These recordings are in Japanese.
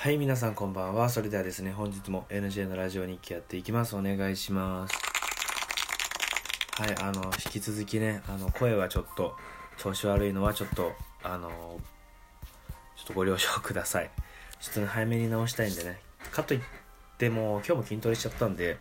はい、皆さんこんばんは。それではですね、本日も NJ のラジオ日記やっていきます。お願いします。はい、引き続きね、声はちょっと調子悪いのはちょっとご了承ください。ちょっとね、早めに直したいんでね。かといっても今日も筋トレしちゃったんで、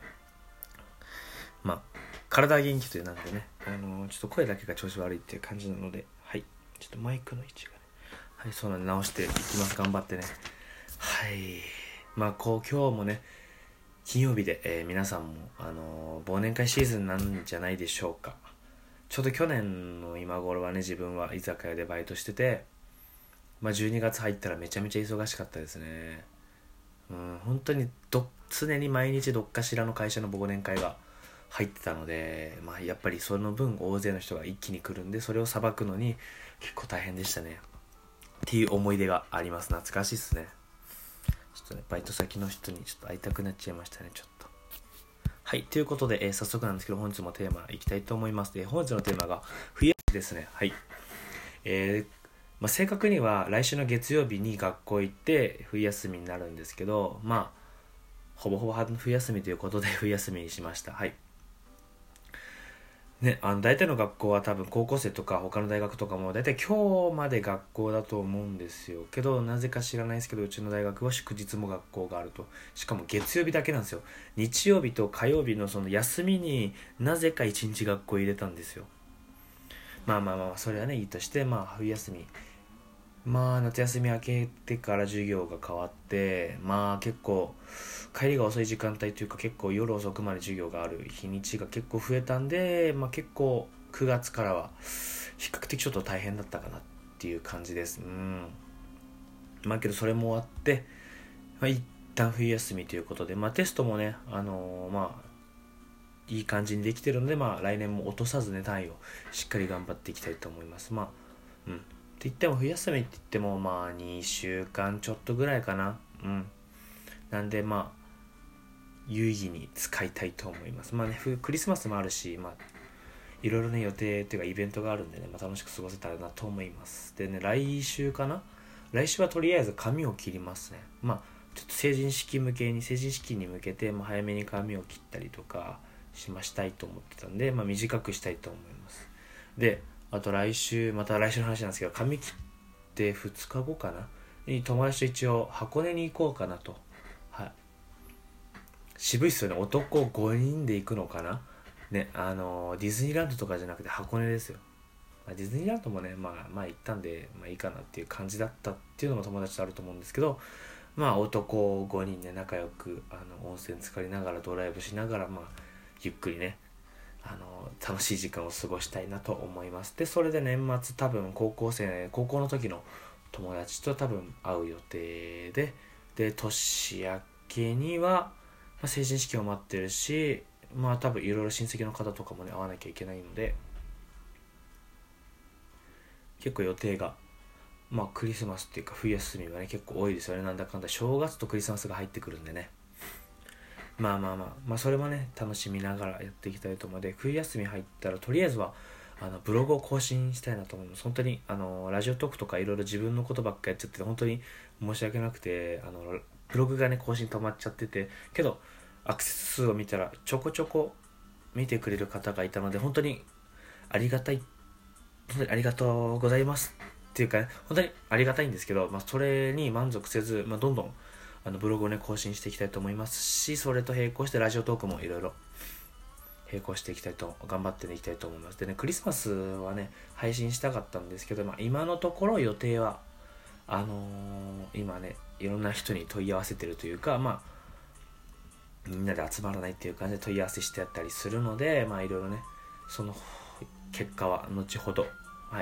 体は元気というなんでね、ちょっと声だけが調子悪いっていう感じなので、はい、ちょっとマイクの位置がね、はい、そうなんで直していきます。頑張ってね。はい、今日もね金曜日で、皆さんも、忘年会シーズンなんじゃないでしょうか。ちょうど去年の今頃はね、自分は居酒屋でバイトしてて、12月入ったらめちゃめちゃ忙しかったですね。本当に常に毎日どっかしらの会社の忘年会が入ってたので、やっぱりその分大勢の人が一気に来るんで、それをさばくのに結構大変でしたねっていう思い出があります。懐かしいっすね。ちょっとね、バイト先の人にちょっと会いたくなっちゃいましたね、ちょっと。はい、ということで、早速なんですけど、本日もテーマいきたいと思います。本日のテーマが冬休みですね。はい。正確には来週の月曜日に学校行って冬休みになるんですけど、ほぼほぼ冬休みということで冬休みにしました。はい。ね、大体の学校は多分高校生とか他の大学とかも大体今日まで学校だと思うんですよ。けどなぜか知らないですけど、うちの大学は祝日も学校があると。しかも月曜日だけなんですよ。日曜日と火曜日のその休みになぜか一日学校入れたんですよ。それはねいいとして、冬休み、夏休み明けてから授業が変わって、結構帰りが遅い時間帯というか、結構夜遅くまで授業がある日にちが結構増えたんで、結構9月からは比較的ちょっと大変だったかなっていう感じです。けどそれも終わって、一旦冬休みということで、テストもねいい感じにできてるので、来年も落とさずね単位をしっかり頑張っていきたいと思います。って言っても冬休みって言っても2週間ちょっとぐらいかな。なんで有意義に使いたいと思います。クリスマスもあるし、いろいろね予定っていうかイベントがあるんでね、楽しく過ごせたらなと思います。でね、来週はとりあえず髪を切りますね。ちょっと成人式に向けて、早めに髪を切ったりとかしたいと思ってたんで、短くしたいと思います。で、あと来週の話なんですけど、髪切って2日後かなに友達と一応箱根に行こうかなと。はい、渋いっすよね。男5人で行くのかなね。ディズニーランドとかじゃなくて箱根ですよ。ディズニーランドもね行ったんでいいかなっていう感じだったっていうのも友達とあると思うんですけど、男5人で仲良く温泉浸かりながらドライブしながらゆっくりね楽しい時間を過ごしたいなと思います。で、それで年末多分高校の時の友達と多分会う予定で、年明けには、成人式を待ってるし、多分いろいろ親戚の方とかもね会わなきゃいけないので、結構予定がクリスマスっていうか冬休みはね結構多いですよね。なんだかんだ正月とクリスマスが入ってくるんでね、それもね楽しみながらやっていきたいと思うので、冬休み入ったらとりあえずはブログを更新したいなと思います。本当にラジオトークとかいろいろ自分のことばっかやっちゃって本当に申し訳なくて、ブログがね更新止まっちゃってて、けどアクセス数を見たらちょこちょこ見てくれる方がいたので、本当にありがたい、本当にありがとうございますっていうか、本当にありがたいんですけど、それに満足せず、どんどんブログをね更新していきたいと思いますし、それと並行してラジオトークもいろいろ並行していきたいと頑張っていきたいと思います。でね、クリスマスはね配信したかったんですけど、今のところ予定は今ねいろんな人に問い合わせてるというか、みんなで集まらないっていう感じで問い合わせしてやったりするので、いろいろねその結果は後ほど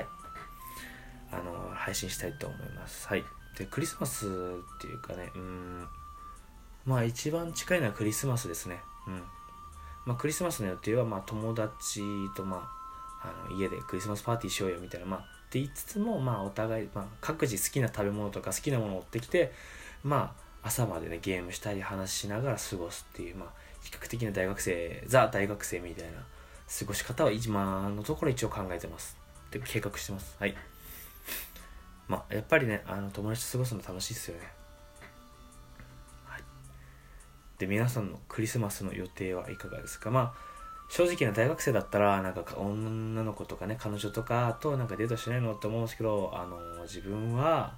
配信したいと思います。はい。で、クリスマスっていうかね、一番近いのはクリスマスですね。クリスマスの予定は友達と家でクリスマスパーティーしようよみたいなって言いつつもお互い各自好きな食べ物とか好きなものを持ってきて朝までねゲームしたり話しながら過ごすっていう比較的な大学生みたいな過ごし方は今のところ一応考えてますで計画してます。はい。やっぱりね友達と過ごすの楽しいですよね。 で、皆さんのクリスマスの予定はいかがですか？まあ正直な大学生だったらなんか女の子とかね、彼女とかとなんかデートしないのって思うんですけど、自分は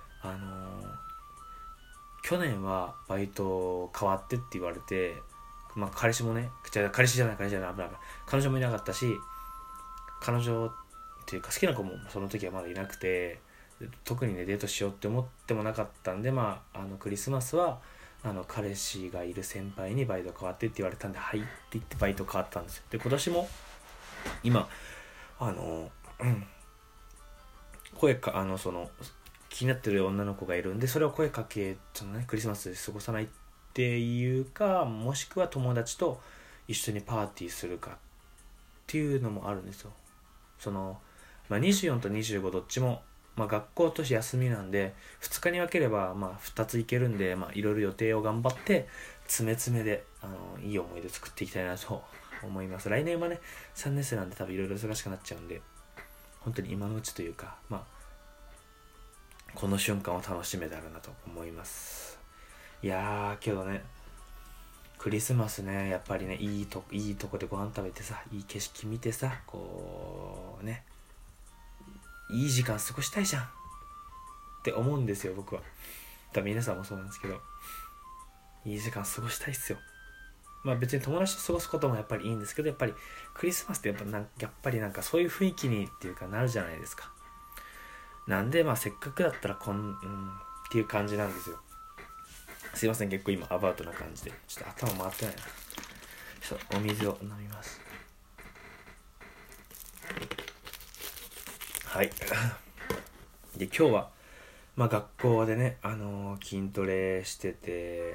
去年はバイト変わってって言われて、まあ彼氏もね、彼氏じゃない危ない、彼女もいなかったし、彼女っていうか好きな子もその時はまだいなくて、特にねデートしようって思ってもなかったんで、まあクリスマスは彼氏がいる先輩にバイト変わってって言われたんで、はいって言ってバイト変わったんですよ。で、今年も今その気になってる女の子がいるんで、それを声かけ、クリスマスで過ごさないっていうか、もしくは友達と一緒にパーティーするかっていうのもあるんですよ。24と25どっちも、学校として休みなんで2日に分ければ2つ行けるんで、いろいろ予定を頑張って詰め詰めでいい思い出作っていきたいなと思います。来年はね3年生なんで多分いろいろ忙しくなっちゃうんで、本当に今のうちというか、この瞬間を楽しめたらなと思います。いやーけどね、クリスマスね、やっぱりね、いいとこでご飯食べてさ、いい景色見てさ、こうね、いい時間過ごしたいじゃんって思うんですよ、僕は。多分皆さんもそうなんですけど、いい時間過ごしたいっすよ。別に友達と過ごすこともやっぱりいいんですけど、やっぱりクリスマスってやっぱりなんかそういう雰囲気にっていうかなるじゃないですか。なんでせっかくだったらっていう感じなんですよ。すいません、結構今アバウトな感じでちょっと頭回ってないな。ちょっとお水を飲みます。はいで、今日は学校でね、筋トレしてて、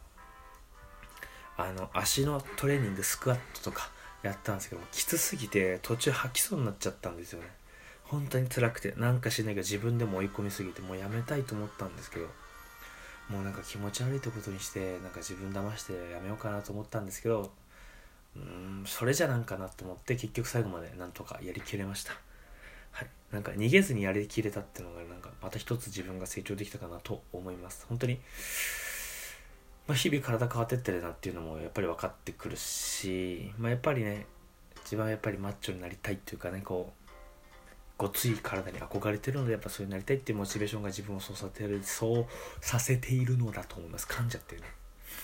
足のトレーニング、スクワットとかやったんですけども、きつすぎて途中吐きそうになっちゃったんですよね。本当に辛くて、なんかしないけど自分でも追い込みすぎてもうやめたいと思ったんですけど、もうなんか気持ち悪いってことにして、なんか自分騙してやめようかなと思ったんですけど、それじゃなんかなと思って結局最後までなんとかやりきれました。はい、なんか逃げずにやりきれたっていうのがなんかまた一つ自分が成長できたかなと思います。本当に日々体変わってってるなっていうのもやっぱり分かってくるし、やっぱりね、自分はやっぱりマッチョになりたいっていうかね、こうごつい体に憧れてるので、やっぱそうになりたいっていうモチベーションが自分をそうさせているのだと思います。噛んじゃってるね。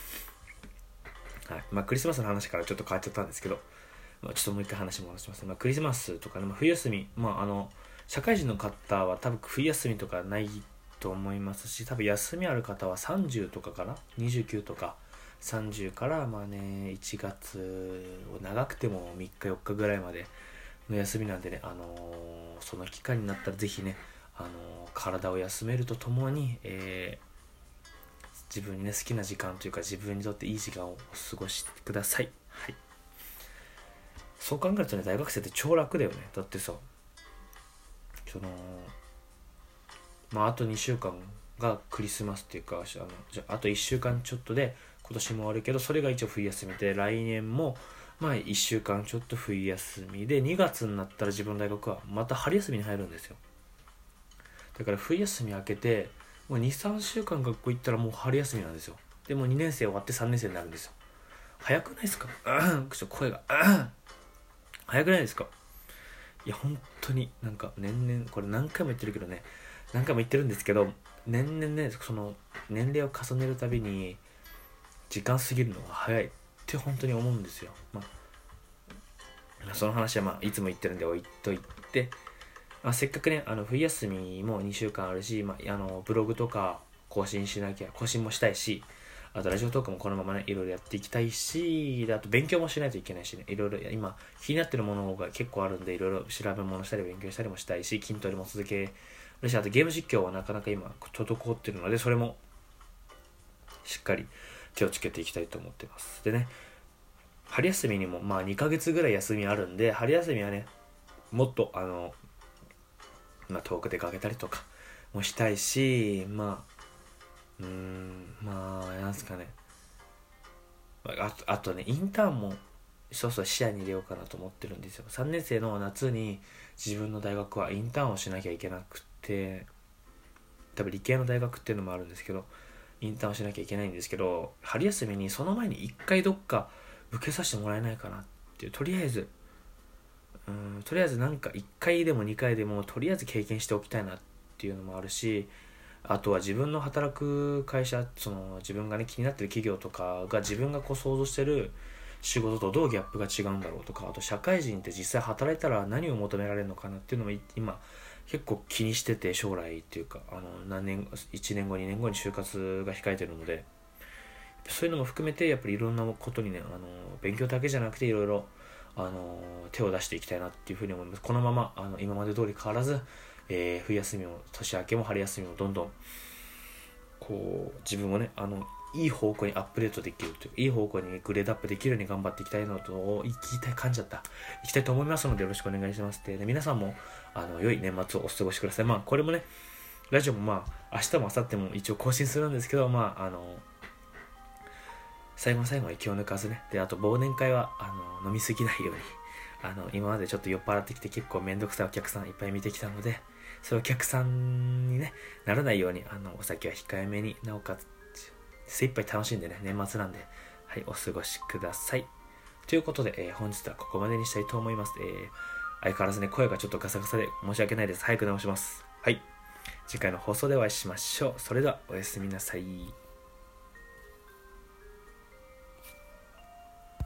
はい、クリスマスの話からちょっと変わっちゃったんですけど、ちょっともう一回話戻します。クリスマスとかね、冬休み、社会人の方は多分冬休みとかないと思いますし、多分休みある方は30とかかな、29とか30から1月長くても3日4日ぐらいまでの休みなんでね、その期間になったらぜひね、体を休めるとともに、自分にね好きな時間というか自分にとっていい時間を過ごしてください。はい。そう考えるとね、大学生って超楽だよね。だってさ、あと2週間がクリスマスっていうか、あと1週間ちょっとで今年も終わるけど、それが一応冬休みで、来年も1週間ちょっと冬休みで、2月になったら自分の大学はまた春休みに入るんですよ。だから冬休み明けてもう 2,3 週間学校行ったらもう春休みなんですよ。でも2年生終わって3年生になるんですよ。早くないですか？声が早くないですか？いや本当になんか年々、これ何回も言ってるけどね、何回も言ってるんですけど、年々ね、その年齢を重ねるたびに時間過ぎるのが早いって本当に思うんですよ。その話はいつも言ってるんで置いといて、せっかくね冬休みも2週間あるし、ブログとか更新もしたいし、あとラジオトークもこのままねいろいろやっていきたいし、あと勉強もしないといけないしね、いろいろ今気になってるものが結構あるんで、いろいろ調べ物したり勉強したりもしたいし、筋トレも続けるし、あとゲーム実況はなかなか今滞ってるので、それもしっかり気をつけていきたいと思ってます。でね、春休みにも2ヶ月ぐらい休みあるんで、春休みはねもっと遠く出かけたりとかもしたいし、なんすかね、あとね、インターンもそう視野に入れようかなと思ってるんですよ。3年生の夏に自分の大学はインターンをしなきゃいけなくて、多分理系の大学っていうのもあるんですけど、 インターンをしなきゃいけないんですけど、春休みにその前に一回どっか受けさせてもらえないかなっていう、とりあえずなんか1回でも2回でもとりあえず経験しておきたいなっていうのもあるし、あとは自分の働く会社、自分がね気になってる企業とかが自分がこう想像してる仕事とどうギャップが違うんだろうとか、あと社会人って実際働いたら何を求められるのかなっていうのも今結構気にしてて、将来っていうか1年後2年後に就活が控えてるので、そういうのも含めてやっぱりいろんなことにね勉強だけじゃなくていろいろ手を出していきたいなっていうふうに思います。このまま今まで通り変わらず、冬休みも年明けも春休みもどんどんこう自分をねいい方向にアップデートできるという、いい方向にグレードアップできるように頑張っていきたいのといきたいと思いますのでよろしくお願いします。で、皆さんも良い年末をお過ごしください。これもねラジオも明日も明後日も一応更新するんですけど、最後の最後は気を抜かずね。で、あと忘年会は飲みすぎないように今までちょっと酔っ払ってきて結構めんどくさいお客さんいっぱい見てきたので、そういうお客さんにねならないようにお酒は控えめに、なおかつ精一杯楽しんでね、年末なんではいお過ごしくださいということで、本日はここまでにしたいと思います。相変わらずね声がちょっとガサガサで申し訳ないです。早く直します。はい、次回の放送でお会いしましょう。それではおやすみなさい。